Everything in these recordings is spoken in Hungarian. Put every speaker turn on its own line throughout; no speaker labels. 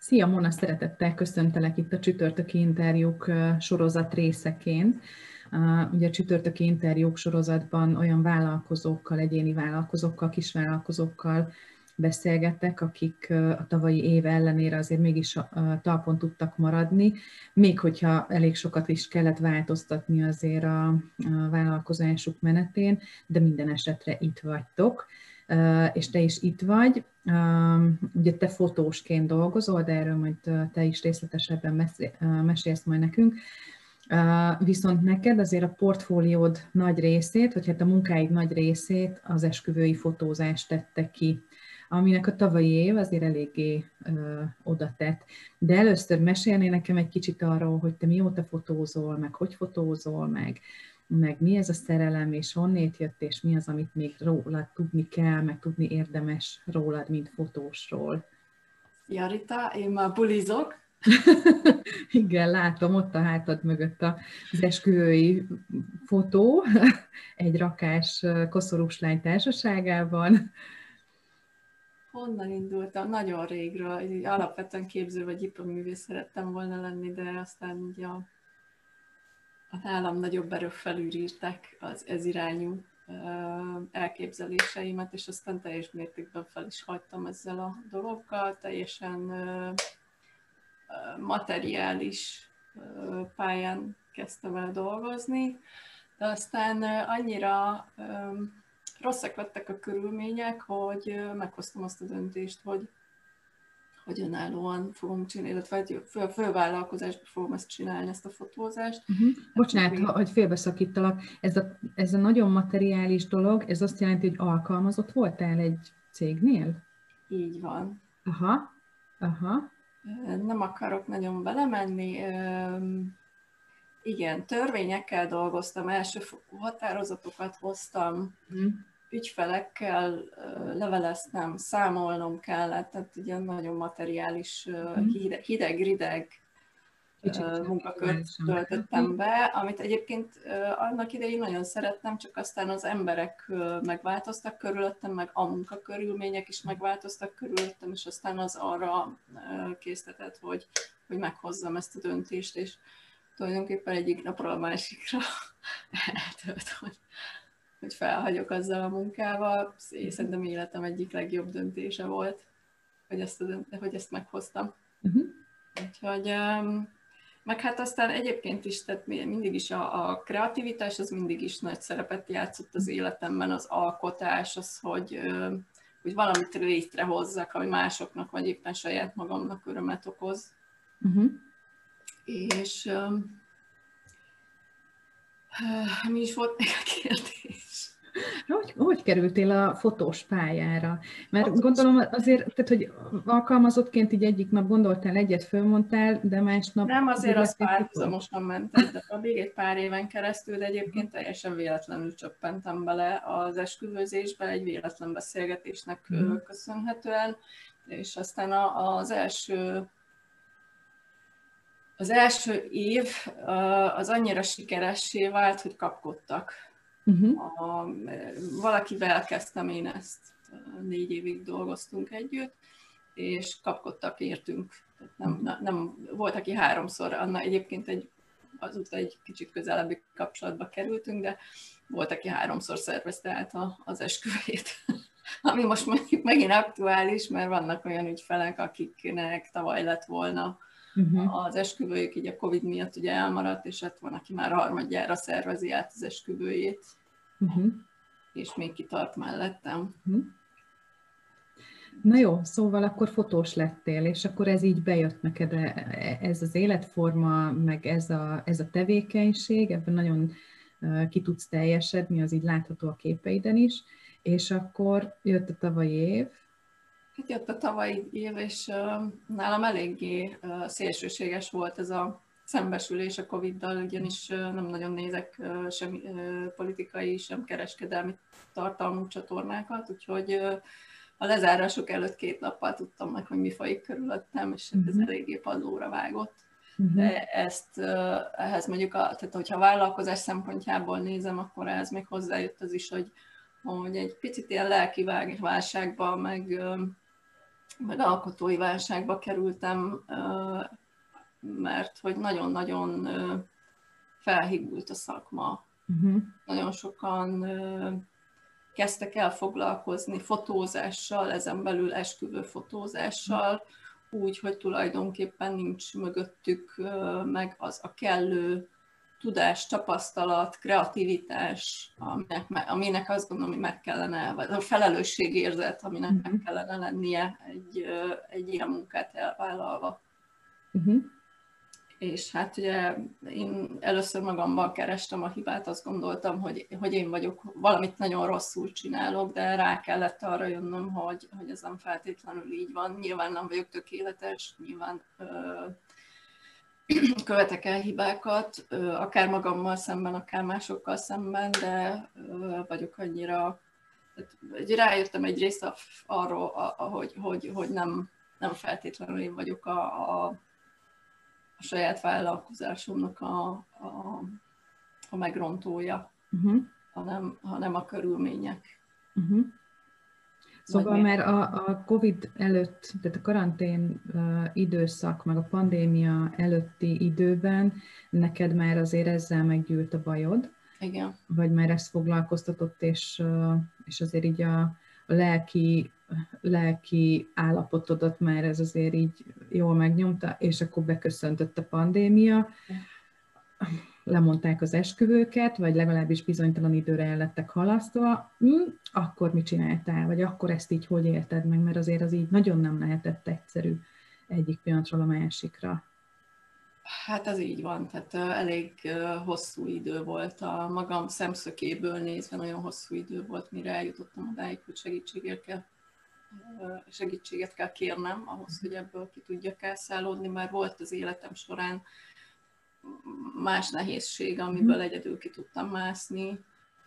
Szia, Mona, szeretettel köszöntelek itt a csütörtöki interjúk sorozat részeként. Ugye a csütörtöki interjúk sorozatban olyan vállalkozókkal, egyéni vállalkozókkal, kisvállalkozókkal beszélgetek, akik a tavalyi év ellenére azért mégis talpon tudtak maradni, még hogyha elég sokat is kellett változtatni azért a vállalkozásuk menetén, de minden esetre itt vagytok. És te is itt vagy. Ugye te fotósként dolgozol, de erről majd te is részletesebben mesélsz majd nekünk. Viszont neked azért a portfóliód nagy részét, vagy hát a munkáid nagy részét az esküvői fotózás tette ki, aminek a tavalyi év azért eléggé oda tett. De először mesélnél nekem egy kicsit arról, hogy te mióta fotózol, meg hogy fotózol, meg mi ez a szerelem, és honnét jött, és mi az, amit még rólad tudni kell, meg tudni érdemes rólad, mint fotósról.
Ja, Rita, én már bulizok.
Igen, látom, ott a hátad mögött az esküvői fotó, egy rakás koszorús lány társaságában.
Honnan indultam? Nagyon régről. Alapvetően képző vagy diplomművész szerettem volna lenni, de aztán ugye a nálam nagyobb erők felülírták az ez irányú elképzeléseimet, és aztán teljes mértékben fel is hagytam ezzel a dologgal, teljesen materiális pályán kezdtem el dolgozni, de aztán annyira rosszak lettek a körülmények, hogy meghoztam azt a döntést, hogy önállóan fogom csinálni, illetve fővállalkozásban fogom ezt csinálni, ezt a fotózást.
Bocsánat, hogy félbeszakítalak. Ez a nagyon materiális dolog, ez azt jelenti, hogy alkalmazott voltál egy cégnél?
Így van.
Aha.
Nem akarok nagyon belemenni. Igen, törvényekkel dolgoztam, elsőfokú határozatokat hoztam, ügyfelekkel leveleztem, számolnom kellett, tehát ugye nagyon materiális, hideg-rideg munkakört töltöttem be, amit egyébként annak idején nagyon szerettem, csak aztán az emberek megváltoztak körülöttem, meg a munkakörülmények is megváltoztak körülöttem, és aztán az arra késztetett, hogy meghozzam ezt a döntést, és tulajdonképpen egyik napról a másikra eltölt, hogy felhagyok azzal a munkával. Szerintem életem egyik legjobb döntése volt, hogy ezt meghoztam. Úgyhogy, meg hát aztán egyébként is, tehát mindig is a kreativitás, az mindig is nagy szerepet játszott az életemben, az alkotás, az, hogy valamit létrehozzak, ami másoknak, vagy éppen saját magamnak örömet okoz. És mi is volt még a kérdés?
Hogy kerültél a fotós pályára? Mert gondolom azért, tehát, hogy alkalmazottként így egyik nap gondoltál, egyet fölmondtál, de másnap...
Nem, azért az párhuzamosan ment, de még egy pár éven keresztül, de egyébként teljesen véletlenül csöppentem bele az esküvőzésbe, egy véletlen beszélgetésnek köszönhetően, és aztán az első év az annyira sikeressé vált, hogy kapkodtak. Valakivel kezdtem én ezt, 4 évig dolgoztunk együtt, és kapkodtak értünk. Nem, volt, aki 3-szor, egyébként azóta egy kicsit közelebbi kapcsolatba kerültünk, de volt, aki 3-szor szervezte át az esküvét. Ami most mondjuk megint aktuális, mert vannak olyan ügyfelek, akiknek tavaly lett volna az esküvőjük, így a Covid miatt ugye elmaradt, és hát van, aki már harmadjára szervezi át az esküvőjét, és még kitart mellettem.
Na jó, szóval akkor fotós lettél, és akkor ez így bejött neked, ez az életforma, meg ez a tevékenység, ebben nagyon ki tudsz teljesedni, az így látható a képeiden is, és akkor jött a tavalyi év.
Hát jött a tavalyi év, és nálam eléggé szélsőséges volt ez a szembesülés a Covid-dal, ugyanis nem nagyon nézek sem politikai, sem kereskedelmi tartalmú csatornákat, úgyhogy a lezárások előtt 2 nappal tudtam meg, hogy mi folyik körülöttem, és ez eléggé padlóra vágott. De ehhez mondjuk, tehát hogyha a vállalkozás szempontjából nézem, akkor ehhez még hozzájött az is, hogy egy picit ilyen lelki válságban, meg meg alkotói válságba kerültem, mert hogy nagyon-nagyon felhigult a szakma. Nagyon sokan kezdtek el foglalkozni fotózással, ezen belül esküvőfotózással, úgy, hogy tulajdonképpen nincs mögöttük meg az a kellő tudás, tapasztalat, kreativitás, aminek azt gondolom, hogy meg kellene, vagy a felelősségérzet, aminek meg kellene lennie egy ilyen munkát elvállalva. És hát ugye én először magamban kerestem a hibát, azt gondoltam, hogy én vagyok, valamit nagyon rosszul csinálok, de rá kellett arra jönnöm, hogy ez nem feltétlenül így van. Nyilván nem vagyok tökéletes, nyilván követek el hibákat, akár magammal szemben, akár másokkal szemben, de vagyok annyira, rájöttem egyrészt arról, hogy nem feltétlenül én vagyok a saját vállalkozásomnak a megrontója, hanem a körülmények.
Szóval már a Covid előtt, tehát a karantén időszak, meg a pandémia előtti időben neked már azért ezzel meggyűlt a bajod.
Igen.
Vagy már ezt foglalkoztatott, és azért így a lelki állapotodat már ez azért így jól megnyomta, és akkor beköszöntött a pandémia. Lemondták az esküvőket, vagy legalábbis bizonytalan időre el lettek halasztva, akkor mit csináltál? Vagy akkor ezt így hogy érted meg? Mert azért az így nagyon nem lehetett egyszerű egyik pillanatról a másikra.
Hát ez így van, tehát elég hosszú idő volt a magam szemszögéből nézve, nagyon hosszú idő volt, mire eljutottam odáig, hogy segítséget kell kérnem ahhoz, hogy ebből ki tudjak elszállódni, mert volt az életem során más nehézség, amiből egyedül ki tudtam mászni.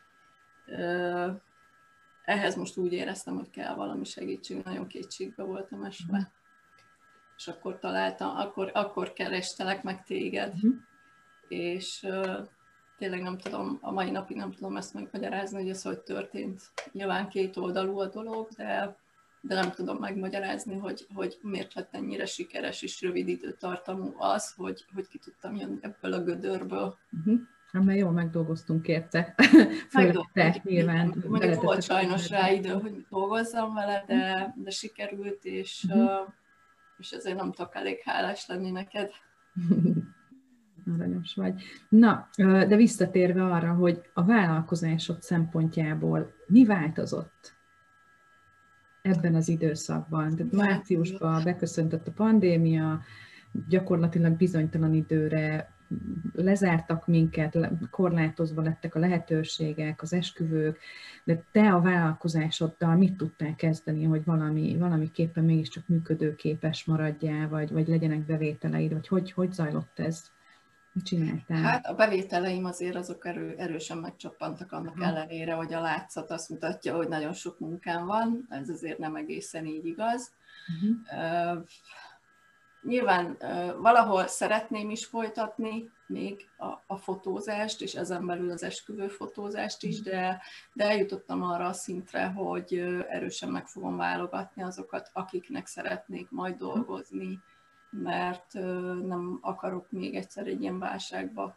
Ehhez most úgy éreztem, hogy kell valami segítség, nagyon kétségbe voltam esve. És akkor találtam, akkor kerestelek meg téged. És tényleg nem tudom, a mai napig nem tudom ezt megmagyarázni, hogy ez hogy történt. Nyilván kétoldalú a dolog, de nem tudom megmagyarázni, hogy miért lett ennyire sikeres és rövid időtartamú az, hogy ki tudtam jönni ebből a gödörből.
Hát már jól megdolgoztunk érte. Nyilván.
Mondjuk volt sajnos rá idő, hogy dolgozzam vele, de sikerült, és ezért nem tudok elég hálás lenni neked.
Aranyos vagy. Na, de visszatérve arra, hogy a vállalkozásod szempontjából mi változott ebben az időszakban? Tehát márciusban beköszöntött a pandémia, gyakorlatilag bizonytalan időre lezártak minket, korlátozva lettek a lehetőségek, az esküvők, de te a vállalkozásoddal mit tudtál kezdeni, hogy valamiképpen mégiscsak működőképes maradjál, vagy legyenek bevételeid, vagy hogy zajlott ez? Mit csináltál?
Hát a bevételeim azért azok erősen megcsappantak annak ellenére, hogy a látszat azt mutatja, hogy nagyon sok munkám van, ez azért nem egészen így igaz. Nyilván valahol szeretném is folytatni még a fotózást, és ezen belül az esküvőfotózást is, de eljutottam arra a szintre, hogy erősen meg fogom válogatni azokat, akiknek szeretnék majd dolgozni, mert nem akarok még egyszer egy ilyen válságba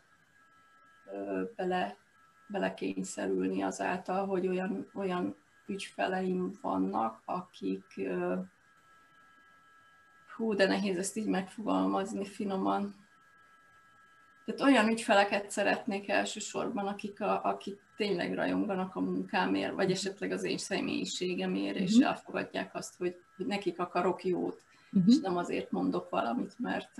belekényszerülni azáltal, hogy olyan ügyfeleim vannak, akik... de nehéz ezt így megfogalmazni finoman. Tehát olyan ügyfeleket szeretnék elsősorban, akik tényleg rajonganak a munkámért, vagy esetleg az én személyiségemért, és elfogadják azt, hogy nekik akarok jót, és nem azért mondok valamit,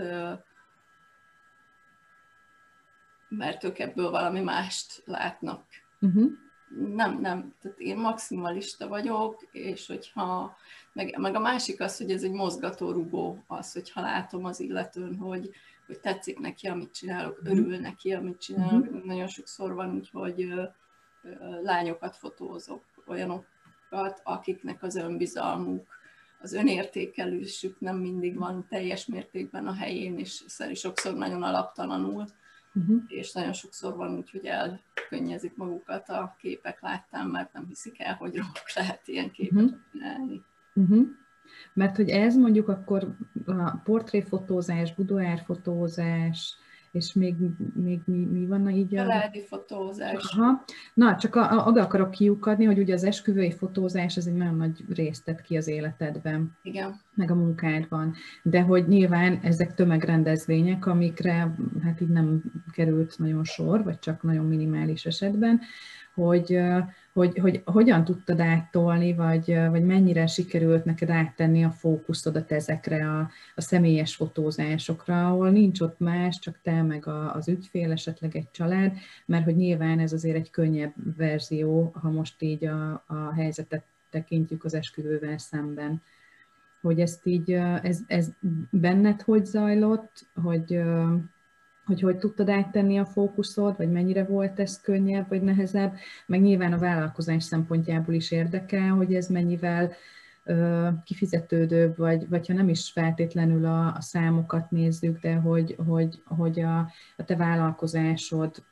mert ők ebből valami mást látnak. Nem, tehát én maximalista vagyok, és hogyha, meg a másik az, hogy ez egy mozgatórugó az, hogyha látom az illetőn, hogy tetszik neki, amit csinálok, örül neki, amit csinálok. Nagyon sokszor van úgy, hogy lányokat fotózok, olyanokat, akiknek az önbizalmuk, az önértékelésük nem mindig van teljes mértékben a helyén, és sokszor nagyon alaptalanul. És nagyon sokszor van úgy, hogy elkönnyezik magukat a képek láttán, mert nem hiszik el, hogy róluk lehet ilyen képet csinálni.
Mert hogy ez mondjuk akkor a portréfotózás, budoárfotózás, és még mi van így a...
Családi fotózás.
Aha. Na, csak oda akarok kiukadni, hogy ugye az esküvői fotózás ez egy nagyon nagy részt tett ki az életedben.
Igen.
Meg a munkádban. De hogy nyilván ezek tömegrendezvények, amikre hát így nem került nagyon sor, vagy csak nagyon minimális esetben, hogy hogyan tudtad áttolni, vagy mennyire sikerült neked áttenni a fókuszodat ezekre a személyes fotózásokra, ahol nincs ott más, csak te meg az ügyfél, esetleg egy család, mert hogy nyilván ez azért egy könnyebb verzió, ha most így a helyzetet tekintjük az esküvővel szemben. Hogy ezt így, ez benned hogy zajlott, hogy tudtad áttenni a fókuszod, vagy mennyire volt ez könnyebb, vagy nehezebb, meg nyilván a vállalkozás szempontjából is érdekel, hogy ez mennyivel kifizetődőbb, vagy ha nem is feltétlenül a számokat nézzük, de hogy a te vállalkozásod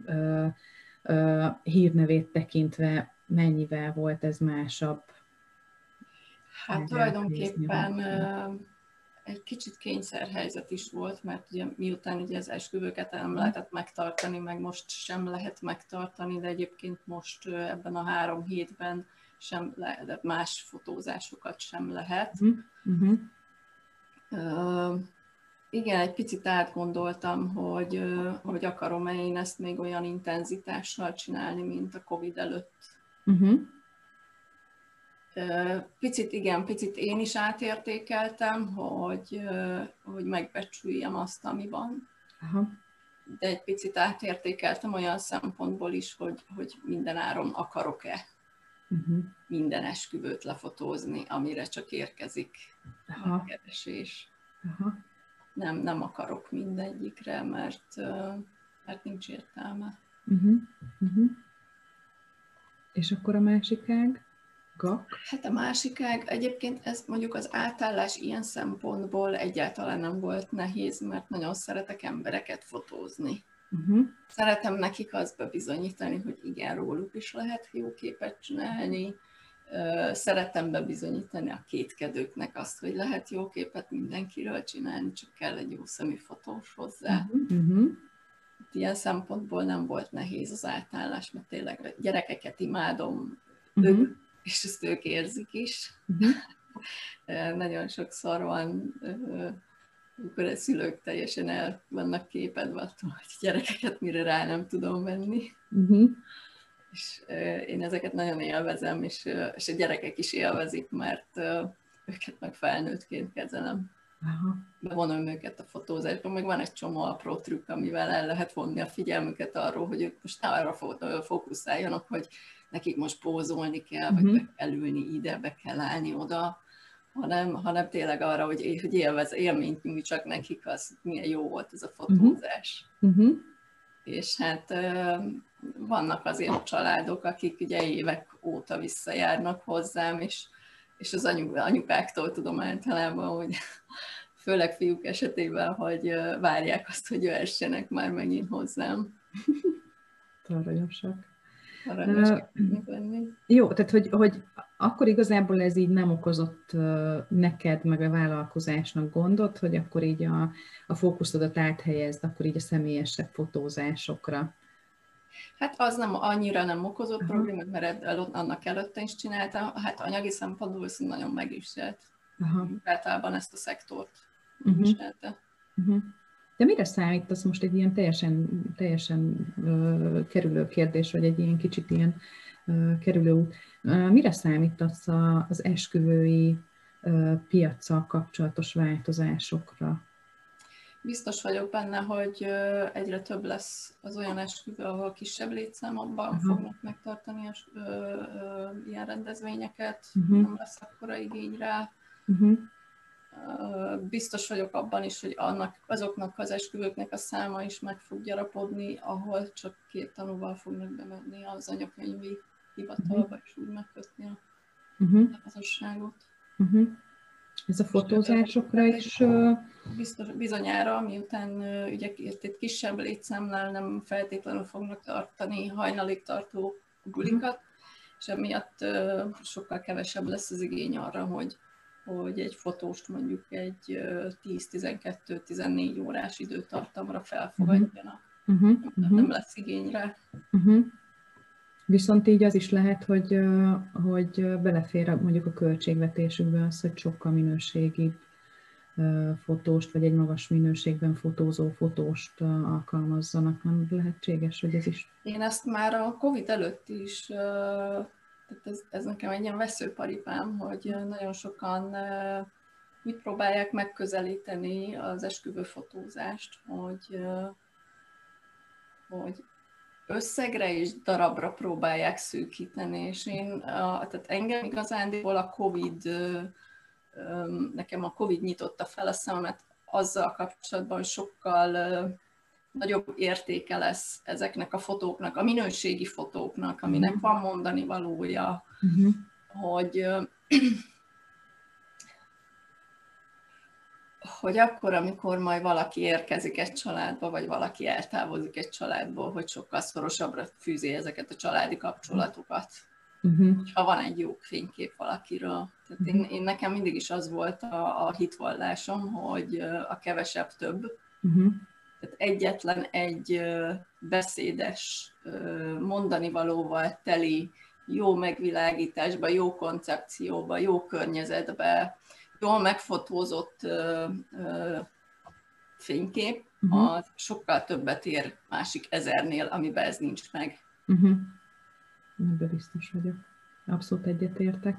hírnevét tekintve mennyivel volt ez másabb.
Hát tulajdonképpen egy kicsit kényszerhelyzet is volt, mert ugye miután ugye az esküvőket nem lehetett megtartani, meg most sem lehet megtartani, de egyébként most ebben a 3 hétben sem lehet, más fotózásokat sem lehet. Igen, egy picit átgondoltam, hogy akarom-e én ezt még olyan intenzitással csinálni, mint a Covid előtt. Picit én is átértékeltem, hogy megbecsüljem azt, ami van.
Aha.
De egy picit átértékeltem olyan szempontból is, hogy minden áron akarok-e minden esküvőt lefotózni, amire csak érkezik a keresés. Nem akarok mindegyikre, mert nincs értelme.
És akkor a másik ág?
Hát a másik ág, egyébként ez mondjuk az átállás ilyen szempontból egyáltalán nem volt nehéz, mert nagyon szeretek embereket fotózni. Szeretem nekik azt bebizonyítani, hogy igen, róluk is lehet jó képet csinálni. Szeretem bebizonyítani a kétkedőknek azt, hogy lehet jó képet mindenkiről csinálni, csak kell egy jó szemű fotós hozzá. Ilyen szempontból nem volt nehéz az átállás, mert tényleg gyerekeket imádom, és ezt ők érzik is. Nagyon sokszor van, amikor a szülők teljesen el vannak képedve attól, hogy gyerekeket mire rá nem tudom venni. És én ezeket nagyon élvezem, és a gyerekek is élvezik, mert őket meg felnőttként kezelem. Bevonom őket a fotózásba, meg van egy csomó apró trükk, amivel el lehet vonni a figyelmüket arról, hogy ők most ne arra fókuszáljanak, hogy nekik most pózolni kell, vagy be kell ülni ide, be kell állni oda, hanem tényleg arra, hogy élményt nyújtsak nekik, az milyen jó volt ez a fotózás. És hát vannak azért családok, akik ugye évek óta visszajárnak hozzám, és az anyukáktól tudom általában, hogy főleg fiúk esetében, hogy várják azt, hogy jöhessenek már megint hozzám.
Aranyosak. Jó, tehát hogy akkor igazából ez így nem okozott neked, meg a vállalkozásnak gondot, hogy akkor így a fókuszodat áthelyezd, akkor így a személyesebb fotózásokra.
Hát az annyira nem okozott problémát, mert annak előtte is csináltam. Hát anyagi szempontból viszont nagyon megviselt. Általában ezt a szektort viselte.
De mire számítasz most egy ilyen teljesen kerülő kérdés, vagy egy ilyen kicsit ilyen kerülő út? Mire számítasz az esküvői piaccal kapcsolatos változásokra?
Biztos vagyok benne, hogy egyre több lesz az olyan esküvő, ahol kisebb létszámokban fognak megtartani ilyen rendezvényeket, nem lesz akkora igény rá. Biztos vagyok abban is, hogy azoknak az esküvőknek a száma is meg fog gyarapodni, ahol csak 2 tanúval fognak bemenni az anyakönyvi hivatalba, és úgy megkötni a házasságot.
Ez a fotózásokra is?
Bizonyára, miután ugye itt kisebb létszámnál nem feltétlenül fognak tartani hajnalig tartó bulikat, és emiatt sokkal kevesebb lesz az igény arra, hogy hogy egy fotóst mondjuk egy 10-12-14 órás időtartamra felfogadjanak. Nem lesz igényre.
Viszont így az is lehet, hogy belefér mondjuk a költségvetésükbe az, hogy sokkal minőségibb fotóst, vagy egy magas minőségben fotózó fotóst alkalmazzanak. Nem lehetséges, hogy ez is?
Én ezt már a Covid előtt is, tehát ez nekem egy ilyen veszőparipám, hogy nagyon sokan úgy próbálják megközelíteni az esküvőfotózást, hogy összegre és darabra próbálják szűkíteni, és tehát engem igazándiból a Covid, nekem a Covid nyitotta fel a szememet azzal kapcsolatban, hogy sokkal nagyobb értéke lesz ezeknek a fotóknak, a minőségi fotóknak, aminek van mondani valója, hogy akkor, amikor majd valaki érkezik egy családba, vagy valaki eltávozik egy családból, hogy sokkal szorosabbra fűzi ezeket a családi kapcsolatokat. Ha van egy jó fénykép valakiről. Tehát nekem mindig is az volt a hitvallásom, hogy a kevesebb több. Tehát egyetlen egy beszédes, mondani valóval teli, jó megvilágításba, jó koncepcióba, jó környezetbe, jól megfotózott fénykép, az sokkal többet ér másik 1000-nél, amiben ez nincs meg.
Ebben biztos vagyok. Abszolút egyetértek.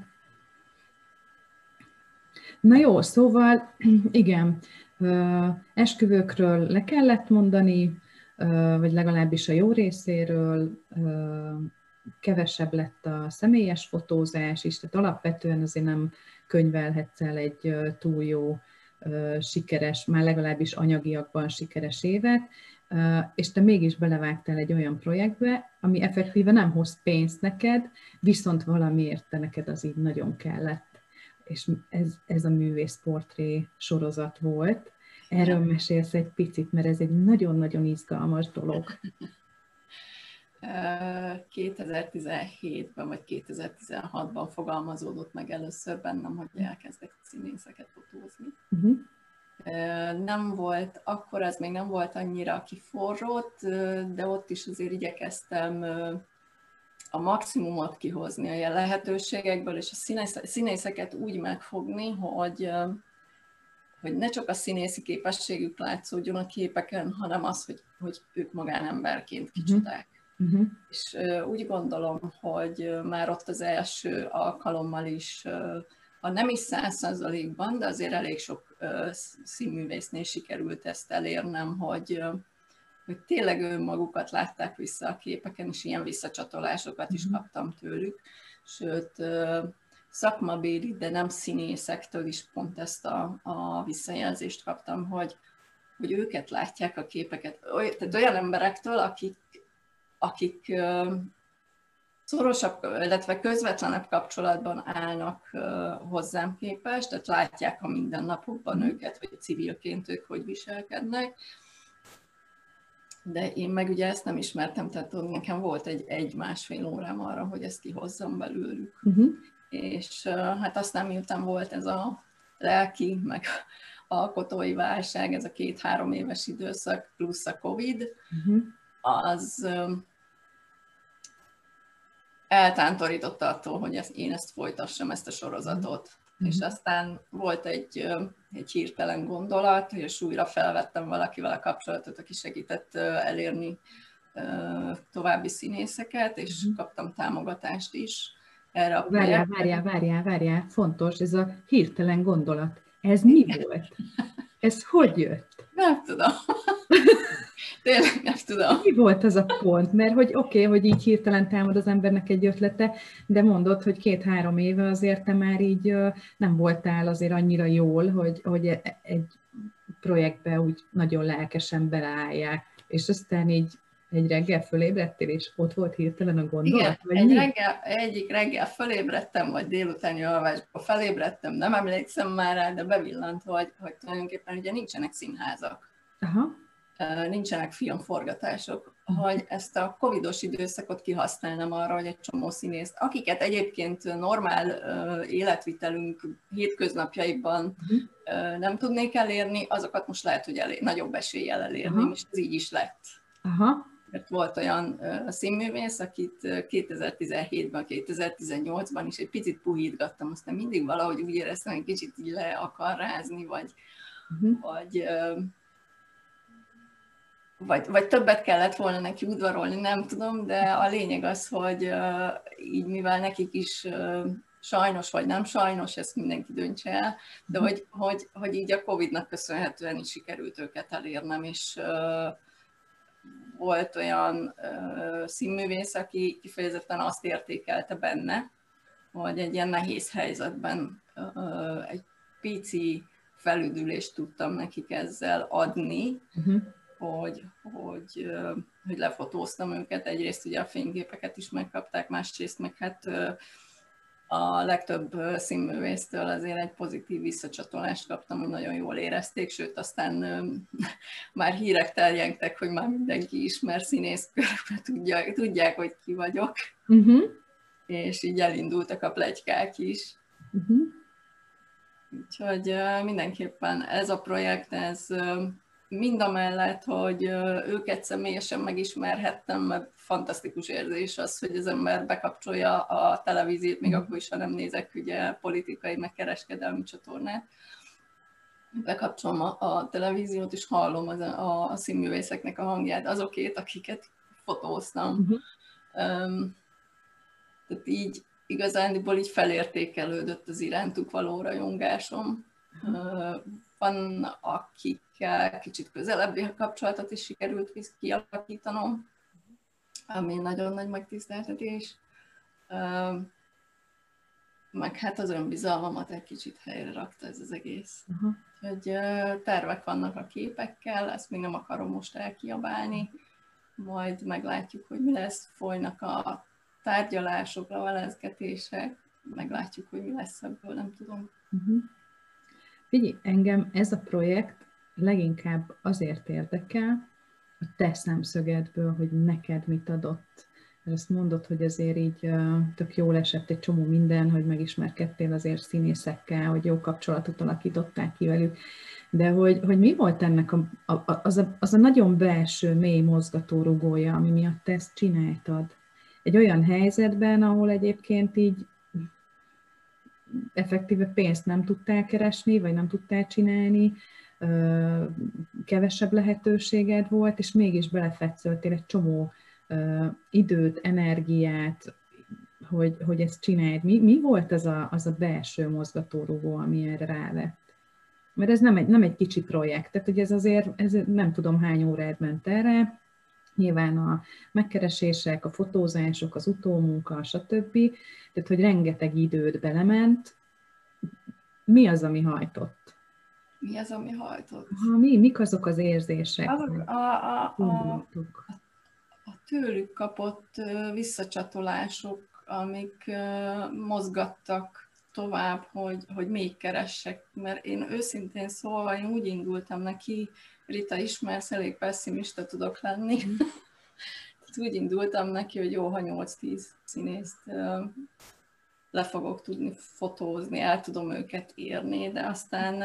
Na jó, szóval igen, esküvőkről le kellett mondani, vagy legalábbis a jó részéről, kevesebb lett a személyes fotózás is, tehát alapvetően azért nem könyvelhetsz el egy túl jó, sikeres, már legalábbis anyagiakban sikeres évet, és te mégis belevágtál egy olyan projektbe, ami effektíve nem hoz pénzt neked, viszont valamiért te neked az így nagyon kellett. És ez a művészportré sorozat volt. Erről mesélsz egy picit, mert ez egy nagyon-nagyon izgalmas dolog.
2017-ben vagy 2016-ban fogalmazódott meg először bennem, hogy elkezdek színészeket fotózni. Nem volt, akkor ez még nem volt annyira kiforrott, de ott is azért igyekeztem a maximumot kihozni a ilyen lehetőségekből, és a színészeket úgy megfogni, hogy ne csak a színészi képességük látszódjon a képeken, hanem az, hogy ők magánemberként kicsodák. És úgy gondolom, hogy már ott az első alkalommal is, ha nem is 100%-ban, de azért elég sok színművésznél sikerült ezt elérnem, hogy tényleg önmagukat látták vissza a képeken, és ilyen visszacsatolásokat is kaptam tőlük. Sőt, szakmabéli, de nem színészektől is pont ezt a visszajelzést kaptam, hogy őket látják a képeket. Tehát olyan emberektől, akik szorosabb, illetve közvetlenebb kapcsolatban állnak hozzám képest, tehát látják a mindennapokban őket, vagy civilként ők hogy viselkednek. De én meg ugye ezt nem ismertem, tehát nekem volt egy másfél órám arra, hogy ezt kihozzam belőlük. És hát aztán miután volt ez a lelki, meg alkotói válság, ez a 2-3 éves időszak plusz a Covid, az eltántorította attól, hogy én ezt folytassam, ezt a sorozatot. És aztán volt egy hirtelen gondolat, és újra felvettem valakivel a kapcsolatot, aki segített elérni további színészeket, és kaptam támogatást is erre a projektre.
Várjál, fontos, ez a hirtelen gondolat. Ez mi volt? Ez hogy jött?
Nem tudom. Tényleg nem tudom.
Mi volt az a pont? Mert hogy oké, hogy így hirtelen támad az embernek egy ötlete, de mondod, hogy 2-3 éve azért te már így nem voltál azért annyira jól, hogy egy projektbe úgy nagyon lelkesen beleállják, és aztán így egy reggel fölébredtél, és ott volt hirtelen a gondolat?
Igen, egyik reggel fölébredtem, vagy délutáni alvásba felébredtem, nem emlékszem már rá, de bevillant, hogy tulajdonképpen ugye nincsenek színházak.
Aha.
nincsenek filmforgatások, hogy ezt a covidos időszakot kihasználnám arra, hogy egy csomó színészt, akiket egyébként normál életvitelünk hétköznapjaiban nem tudnék elérni, azokat most lehet, hogy nagyobb eséllyel elérném, és ez így is lett.
Aha.
Mert volt olyan színművész, akit 2017-ben, 2018-ban is egy picit puhítgattam, aztán mindig valahogy úgy éreztem, hogy kicsit így le akar rázni, vagy többet kellett volna neki udvarolni, nem tudom, de a lényeg az, hogy így mivel nekik is sajnos vagy nem sajnos, ezt mindenki döntse el, de hogy így a Covid-nak köszönhetően is sikerült őket elérnem, és volt olyan színművész, aki kifejezetten azt értékelte benne, hogy egy ilyen nehéz helyzetben egy pici felüdülést tudtam nekik ezzel adni, hogy lefotóztam őket. Egyrészt ugye a fényképeket is megkapták, másrészt meg hát a legtöbb színművésztől azért egy pozitív visszacsatolást kaptam, hogy nagyon jól érezték, sőt aztán már hírek terjengtek, hogy már mindenki ismer színészkörben, tudják, hogy ki vagyok, és így elindultak a pletykák is. Úgyhogy mindenképpen ez a projekt, ez mindamellett, hogy őket személyesen megismerhettem, mert fantasztikus érzés az, hogy az ember bekapcsolja a televíziót, még akkor is, ha nem nézek ugye politikai, meg kereskedelmi csatornát. Bekapcsolom a televíziót, és hallom a színművészeknek a hangját, azokét, akiket fotóztam. Tehát így igazándiból így felértékelődött az irántuk való rajongásom. Van, akikkel kicsit közelebbi kapcsolatot is sikerült kialakítanom, ami nagyon nagy megtiszteltetés. Meg hát az önbizalmamat egy kicsit helyre rakta ez az egész. Úgyhogy tervek vannak a képekkel, ezt még nem akarom most elkiabálni, majd meglátjuk, hogy mi lesz, folynak a tárgyalások, levelezgetések, meglátjuk, hogy mi lesz ebből, nem tudom.
Figyelj, engem ez a projekt leginkább azért érdekel, a te szemszögedből, hogy neked mit adott. Mert azt mondod, hogy azért így tök jól esett egy csomó minden, hogy megismerkedtél azért színészekkel, hogy jó kapcsolatot alakították ki velük, de hogy mi volt ennek az a nagyon belső, mély mozgatórugója, ami miatt te ezt csináltad? Egy olyan helyzetben, ahol egyébként így effektíve pénzt nem tudtál keresni, vagy nem tudtál csinálni, kevesebb lehetőséged volt, és mégis belefetszöltél egy csomó időt, energiát, hogy ezt csináld. Mi volt az a belső mozgatórugó, ami erre rávett? Mert ez nem egy kicsi projekt, tehát hogy ez nem tudom hány órád ment erre, nyilván a megkeresések, a fotózások, az utómunka, stb. Tehát, hogy rengeteg időt belement. Mi az, ami hajtott?
Mi az, ami hajtott?
Mik azok az érzések?
A tőlük kapott visszacsatolások, amik mozgattak tovább, hogy még keressek. Mert én őszintén szólva, én úgy indultam neki, Rita, ismersz, elég pessimista tudok lenni. Úgy indultam neki, hogy jó, ha 8-10 színészt le fogok tudni fotózni, el tudom őket érni, de aztán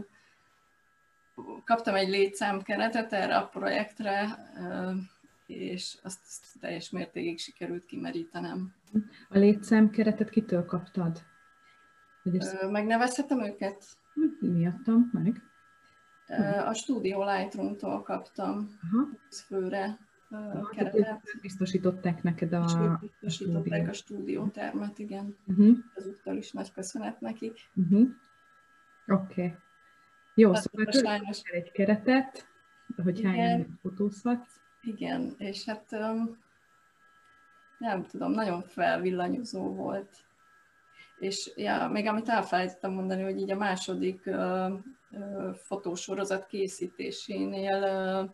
kaptam egy létszámkeretet erre a projektre, és azt teljes mértékig sikerült kimerítenem.
A létszámkeretet kitől kaptad?
Megnevezhetem őket?
Miattam, meg.
A Studio Lightroom-tól kaptam főre keretet.
Biztosították neked
biztosították a stúdiótermet, igen. Ezúttal is nagy köszönet nekik.
Oké. Jó, szóval sajnos egy keretet, hogy hányan fotózhatsz.
Igen, és hát nem tudom, nagyon felvillanyozó volt. És ja, még amit elfelejtettem mondani, hogy így a második fotósorozat készítésénél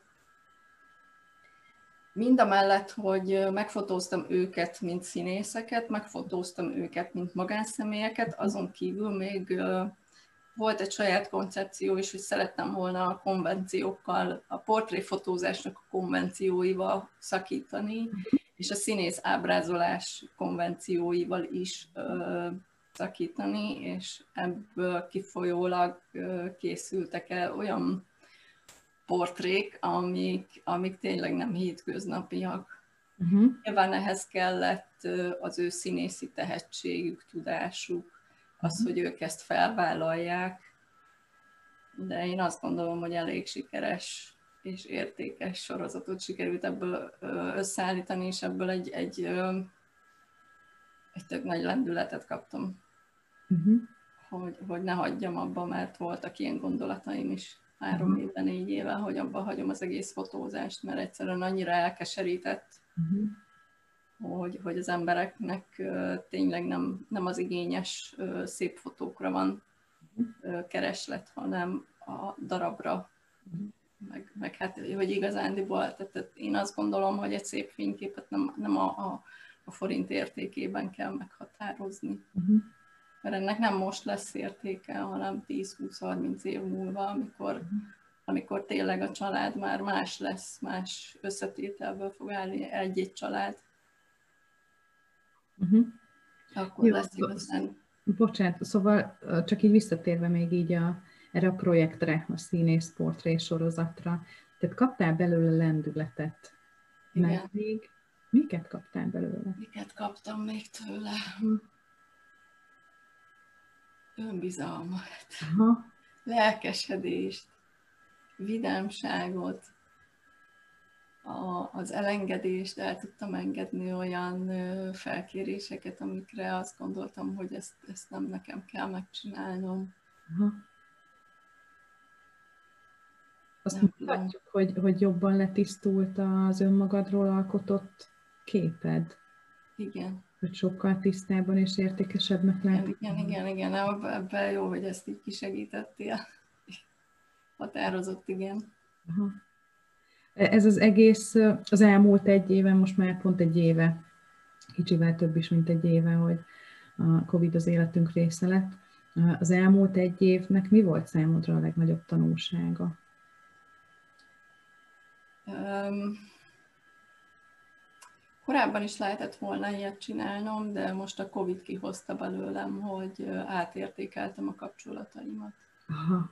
mindamellett, hogy megfotóztam őket, mint színészeket, megfotóztam őket, mint magánszemélyeket, azon kívül még volt egy saját koncepció is, hogy szerettem volna a konvenciókkal, a portréfotózásnak a konvencióival szakítani, és a színész ábrázolás konvencióival is szakítani, és ebből kifolyólag készültek el olyan portrék, amik tényleg nem hétköznapiak. Nyilván ehhez kellett az ő színészi tehetségük, tudásuk, az, hogy ők ezt felvállalják, de én azt gondolom, hogy elég sikeres és értékes sorozatot sikerült ebből összeállítani, és ebből egy tök nagy lendületet kaptam, hogy ne hagyjam abba, mert voltak ilyen gondolataim is 3 éve, 4 éve, hogy abba hagyom az egész fotózást, mert egyszerűen annyira elkeserített, hogy az embereknek tényleg nem az igényes szép fotókra van kereslet, hanem a darabra, meg hát, hogy igazándiból, tehát én azt gondolom, hogy egy szép fényképet nem a forint értékében kell meghatározni. Mert ennek nem most lesz értéke, hanem 10-20-30 év múlva, amikor tényleg a család már más lesz, más összetételből fog állni egy-egy család. Akkor
jó,
lesz igazán.
Bocsánat, szóval csak így visszatérve még így erre a projektre, a színész portré sorozatra, tehát kaptál belőle lendületet.
Igen.
Mert még miket kaptál belőle?
Miket kaptam még tőle? Önbizalmat, lelkesedést, vidámságot, az elengedést, el tudtam engedni olyan felkéréseket, amikre azt gondoltam, hogy ezt nem nekem kell megcsinálnom.
Azt mondhatjuk, hogy jobban letisztult az önmagadról alkotott képed?
Igen.
Hogy sokkal tisztábban és értékesebbnek látod?
Igen. Ebben jó, hogy ezt így kisegítettél. Határozott, igen.
Aha. Ez az egész, az elmúlt 1 éve, most már pont 1 éve, kicsivel több is, mint 1 éve, hogy a Covid az életünk része lett. Az elmúlt 1 évnek mi volt számodra a legnagyobb tanulsága?
Korábban is lehetett volna ilyet csinálnom, de most a Covid kihozta belőlem, hogy átértékeltem a kapcsolataimat.
Aha.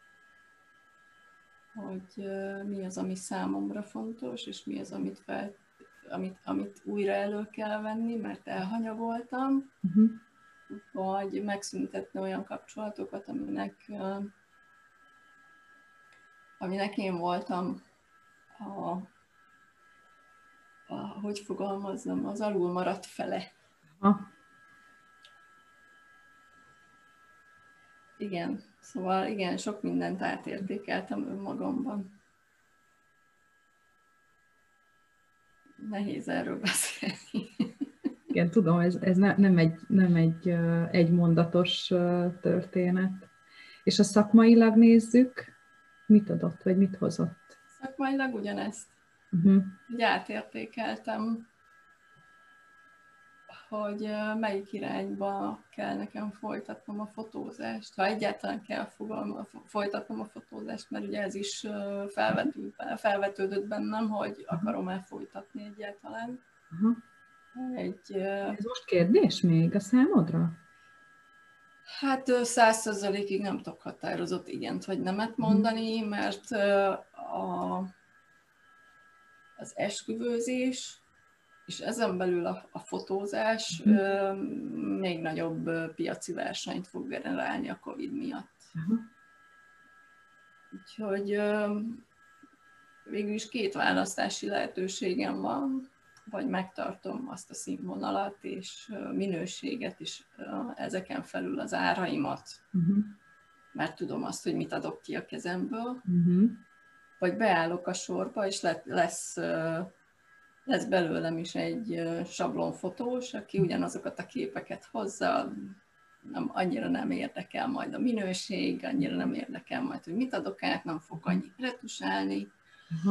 Hogy mi az, ami számomra fontos, és mi az, amit újra elő kell venni, mert elhanyagoltam, vagy megszüntetni olyan kapcsolatokat, aminek én voltam hogy fogalmazzam, az alul maradt fele. Igen, szóval igen, sok mindent átértékeltem önmagamban. Nehéz erről beszélni.
Igen, tudom, ez nem egy egymondatos történet. És a szakmailag nézzük, mit adott, vagy mit hozott?
Szakmailag ugyanezt. Úgy átértékeltem, hogy melyik irányba kell nekem folytatnom a fotózást, ha egyáltalán kell folytatnom a fotózást, mert ugye ez is felvetődött bennem, hogy akarom-e folytatni egyáltalán.
Ez most kérdés még a számodra?
Hát 100%-ig nem tudok határozott igent vagy nemet mondani, mert az esküvőzés, és ezen belül a fotózás még nagyobb piaci versenyt fog generálni a Covid miatt. Úgyhogy végül is 2 választási lehetőségem van, vagy megtartom azt a színvonalat és minőséget is, ezeken felül az áraimat, mert tudom azt, hogy mit adok ki a kezemből, vagy beállok a sorba, és lesz belőlem is egy sablonfotós, aki ugyanazokat a képeket hozza, annyira nem érdekel majd a minőség, annyira nem érdekel majd, hogy mit adok át, nem fog annyit retusálni.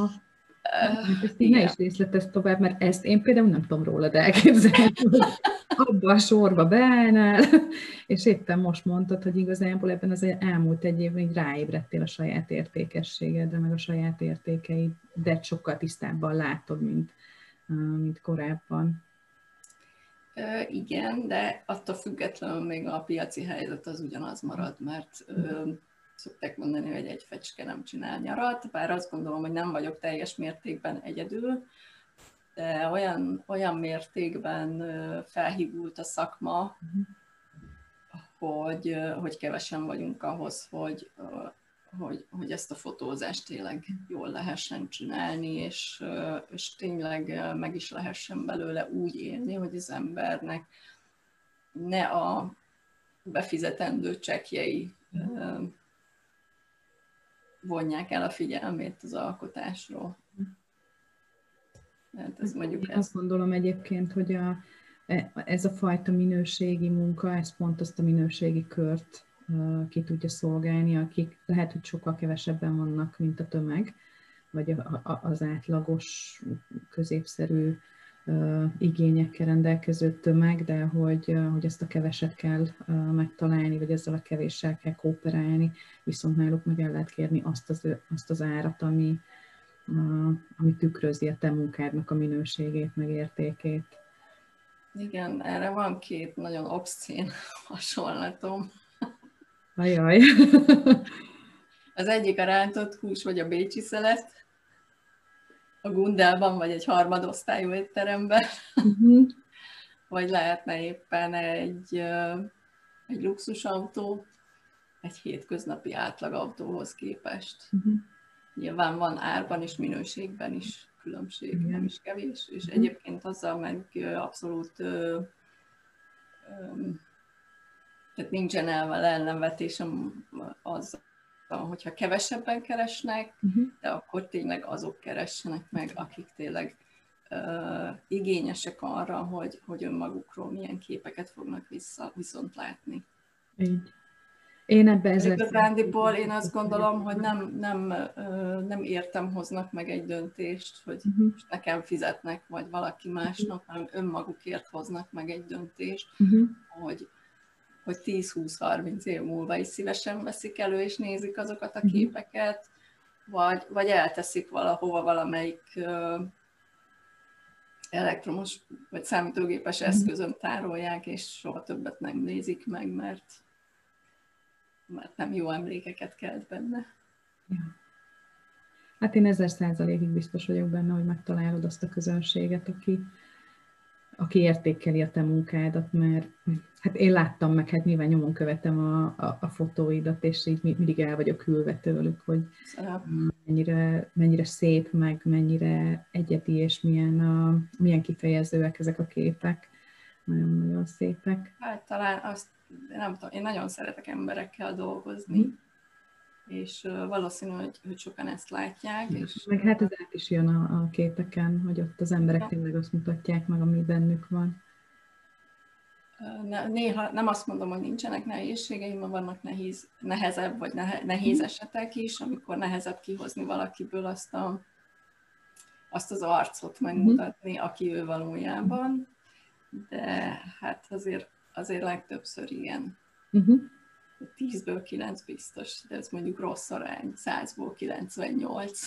Ezt így ne is részletezz tovább, mert ezt én például nem tudom rólad elképzelni. abba a sorba beállnál, és éppen most mondtad, hogy igazából ebben az elmúlt egy évben így ráébredtél a saját értékességedre, meg a saját értékeid, de sokkal tisztábban látod, mint korábban.
Igen, de attól függetlenül még a piaci helyzet az ugyanaz marad, mert szokták mondani, hogy egy fecske nem csinál nyarat, bár azt gondolom, hogy nem vagyok teljes mértékben egyedül, de olyan mértékben felhígult a szakma, hogy kevesen vagyunk ahhoz, hogy ezt a fotózást tényleg jól lehessen csinálni, és tényleg meg is lehessen belőle úgy élni, hogy az embernek ne a befizetendő csekkjei vonják el a figyelmét az alkotásról. Hát ez mondjuk
Én azt gondolom egyébként, hogy ez a fajta minőségi munka, ez pont azt a minőségi kört ki tudja szolgálni, akik lehet, hogy sokkal kevesebben vannak, mint a tömeg, vagy az átlagos, középszerű igényekkel rendelkező tömeg, de hogy ezt a keveset kell megtalálni, vagy ezzel a kevéssel kell kooperálni, viszont náluk meg el lehet kérni azt az árat, ami tükrözi a te munkádnak a minőségét, meg értékét.
Igen, erre van két nagyon obszcén hasonlatom.
Ajaj.
Az egyik a rántott hús, vagy a bécsi szelet, a Gundában, vagy egy harmadosztályú étteremben, vagy lehetne éppen egy luxusautó, egy hétköznapi átlagautóhoz képest. Nyilván van árban és minőségben is különbség, nem is kevés, és egyébként azzal meg abszolút tehát nincsen ellenvetésem azzal, hogyha kevesebben keresnek, de akkor tényleg azok keressenek meg, akik tényleg igényesek arra, hogy önmagukról milyen képeket fognak viszont látni.
Így. Én ebben
igazándiból én azt gondolom, hogy nem értem hoznak meg egy döntést, hogy most nekem fizetnek, vagy valaki másnak, hanem önmagukért hoznak meg egy döntést, hogy 10-20-30 év múlva is szívesen veszik elő, és nézik azokat a képeket, vagy elteszik valahova valamelyik elektromos vagy számítógépes eszközön tárolják, és soha többet nem nézik meg, mert nem jó emlékeket kelt benne.
Ja. Hát én 1000%-ig biztos vagyok benne, hogy megtalálod azt a közönséget, aki értékeli a te munkádat, mert hát én láttam meg, hát nyilván nyomon követem a fotóidat, és így mindig el vagyok hűlve tőlük, hogy mennyire szép, meg mennyire egyedi, és milyen kifejezőek ezek a képek. Nagyon-nagyon szépek.
Hát talán azt, nem tudom, én nagyon szeretek emberekkel dolgozni, és valószínű, hogy sokan ezt látják. És
meg hát ez át is jön a képeken, hogy ott az emberek tényleg azt mutatják meg, ami bennük van.
Néha nem azt mondom, hogy nincsenek nehézségeim, vannak nehezebb vagy nehéz esetek is, amikor nehezebb kihozni valakiből azt az arcot megmutatni, aki ő valójában, de hát azért legtöbbször igen. 10-ből 9 biztos, de ez mondjuk rossz arány, 100-ból 98.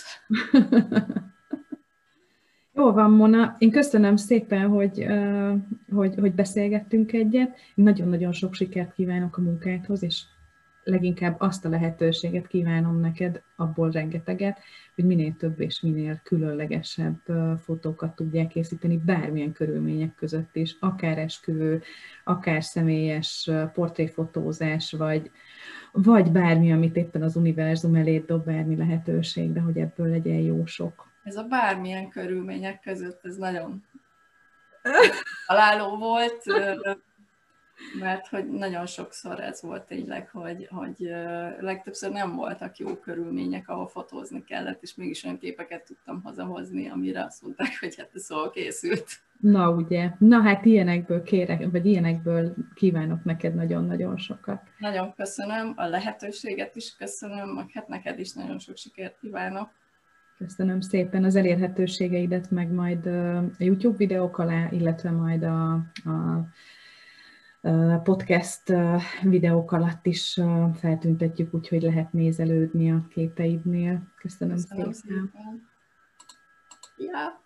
Jó van, Mona. Én köszönöm szépen, hogy beszélgettünk egyet. Nagyon-nagyon sok sikert kívánok a munkádhoz, és leginkább azt a lehetőséget kívánom neked, abból rengeteget, hogy minél több és minél különlegesebb fotókat tudják készíteni, bármilyen körülmények között is, akár esküvő, akár személyes portréfotózás, vagy bármi, amit éppen az univerzum elé dob, bármi lehetőség, de hogy ebből legyen jó sok.
Ez a bármilyen körülmények között, ez nagyon találó volt, mert hogy nagyon sokszor ez volt tényleg, hogy legtöbbször nem voltak jó körülmények, ahol fotózni kellett, és mégis olyan képeket tudtam hazahozni, amire azt mondták, hogy hát ez szóval készült.
Na ugye, na hát ilyenekből kérek, vagy ilyenekből kívánok neked nagyon-nagyon sokat.
Nagyon köszönöm, a lehetőséget is köszönöm, hát neked is nagyon sok sikert kívánok.
Köszönöm szépen az elérhetőségeidet, meg majd a YouTube videók alá, illetve majd a podcast videók alatt is feltüntetjük, úgyhogy lehet nézelődni a képeidnél. Köszönöm szépen.
Ja.